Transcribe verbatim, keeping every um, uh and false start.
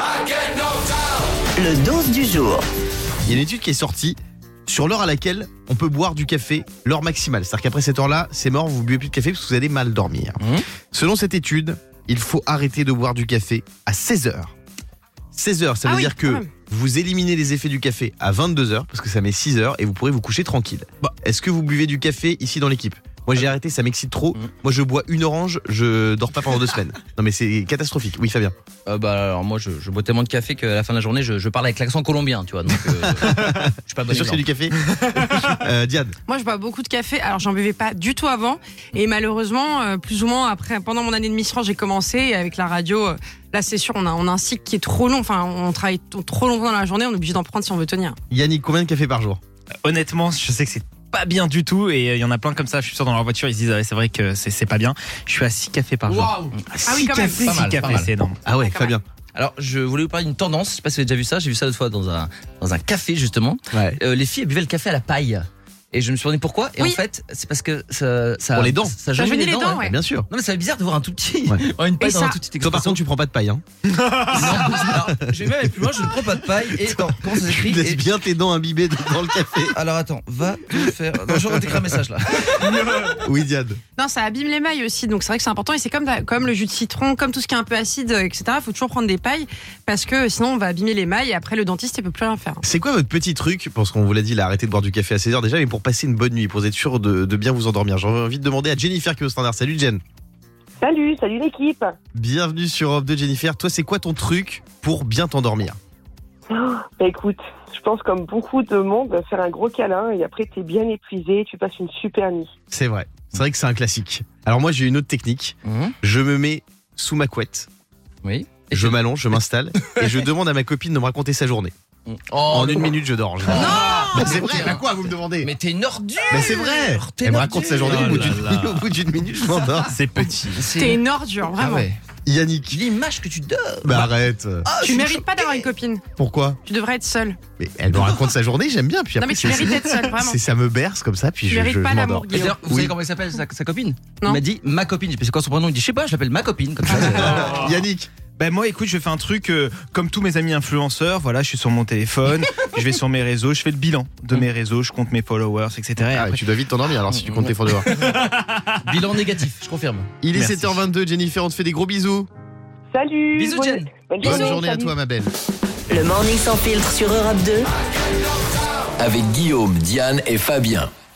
Le dose du jour. Il y a une étude qui est sortie sur l'heure à laquelle on peut boire du café, l'heure maximale. C'est-à-dire qu'après cette heure-là, c'est mort, vous ne buvez plus de café parce que vous allez mal dormir. Mmh. Selon cette étude, il faut arrêter de boire du café à seize heures. seize heures, ça veut ah oui, dire que vous éliminez les effets du café à vingt-deux heures parce que ça met six heures et vous pourrez vous coucher tranquille. Bah, est-ce que vous buvez du café ici dans l'équipe ? Moi j'ai arrêté, ça m'excite trop. Mmh. Moi je bois une orange, je dors pas pendant deux semaines. Non mais c'est catastrophique. Oui Fabien. Euh, bah alors moi je, je bois tellement de café qu'à la fin de la journée je, je parle avec l'accent colombien, tu vois. Donc euh, je suis pas bon. T'es sûr que c'est du café euh, Diane. Moi je bois beaucoup de café. Alors j'en buvais pas du tout avant et malheureusement euh, plus ou moins après pendant mon année de mission j'ai commencé et avec la radio. Euh, Là, c'est sûr, on a, on a un cycle qui est trop long. Enfin, on travaille t- trop longtemps dans la journée, on est obligé d'en prendre si on veut tenir. Yannick, combien de café par jour ? Honnêtement, je sais que c'est pas bien du tout et il euh, y en a plein comme ça, je suis sûr dans leur voiture, ils se disent ah, c'est vrai que c'est, c'est pas bien. Je suis à six cafés par jour. Waouh. Ah oui, quand même. six Pas mal, cafés, pas mal. c'est énorme. Ah ouais, Ah, Fabien. Alors je voulais vous parler d'une tendance, je sais pas si vous avez déjà vu ça, j'ai vu ça l'autre fois dans un, dans un café justement. Ouais. Euh, les filles elles buvaient le café à la paille. Et je me suis demandé pourquoi. Et Oui. en fait, c'est parce que ça, ça Pour les dents. Ça, Ça jaunit jaunit les dents, ouais. ouais. Bien sûr. Non mais ça fait bizarre de voir un tout petit, Ouais. une paille Et dans ça- un tout petit Toi par expresso. contre tu prends pas de paille hein. Non, alors, je vais même aller plus loin, je ne prends pas de paille. Et attends, comment ça Tu s'écrit laisses et... bien tes dents imbibées dans le café. Alors attends, va te faire. Non, je vais t'écrire un message là. Oui Diane. Non, ça abîme les mailles aussi, donc c'est vrai que c'est important. Et c'est comme, comme le jus de citron, comme tout ce qui est un peu acide, et cetera. Il faut toujours prendre des pailles parce que sinon on va abîmer les mailles et après le dentiste il peut plus rien faire. C'est quoi votre petit truc, parce qu'on vous l'a dit, il a arrêté de boire du café à seize heures déjà, mais pour passer une bonne nuit, pour être sûr de, de bien vous endormir. J'ai envie de demander à Jennifer qui est au standard. Salut Jen. Salut, salut l'équipe. Bienvenue sur Europe deux Jennifer. Toi c'est quoi ton truc pour bien t'endormir ? Oh, bah écoute, je pense comme beaucoup de monde, faire un gros câlin et après t'es bien épuisé, tu passes une super nuit. C'est vrai. C'est vrai que c'est un classique. Alors moi j'ai une autre technique. Mmh. Je me mets sous ma couette, Oui. Et je tu- m'allonge, je m'installe et je demande à ma copine de me raconter sa journée. Oh, En le- une minute je dors. en général. Mais c'est vrai, à quoi vous me demandez ? Mais t'es une ordure. Mais c'est vrai. T'es Elle me une raconte sa ordure. journée, au bout Oh là d'une- là. au bout d'une minute je m'endors. C'est petit. C'est- T'es une ordure, Ah vraiment. ouais. Yannick. L'image que tu donnes. Bah arrête. Ah, je Tu suis mérites choqué. pas d'avoir une copine. Pourquoi ? Tu devrais être seule. Mais elle me raconte sa journée, j'aime bien. Puis Non, après, mais tu c'est- mérites d'être seule, vraiment. c'est ça me berce comme ça, puis Tu je, mérites je, pas je l'amour, m'endors. Et Guillaume. d'ailleurs, vous Oui. savez comment elle s'appelle sa, sa copine ? Non. Il m'a dit ma copine. C'est quoi son prénom ? Il dit je sais pas, je l'appelle ma copine comme ça. c'est- Yannick. Ben moi écoute, je fais un truc euh, comme tous mes amis influenceurs, voilà, je suis sur mon téléphone, je vais sur mes réseaux, je fais le bilan de mes réseaux, je compte mes followers, et cetera. Et Ah, après, tu dois vite t'endormir alors si tu comptes tes followers. Bilan négatif, je confirme. Il est Merci. sept heures vingt-deux, Jennifer, on te fait des gros bisous. Salut. Bisous, bonne- Jen. bonne Bonne journée, journée à salut. toi ma belle. Le morning sans filtre sur Europe deux. Avec Guillaume, Diane et Fabien.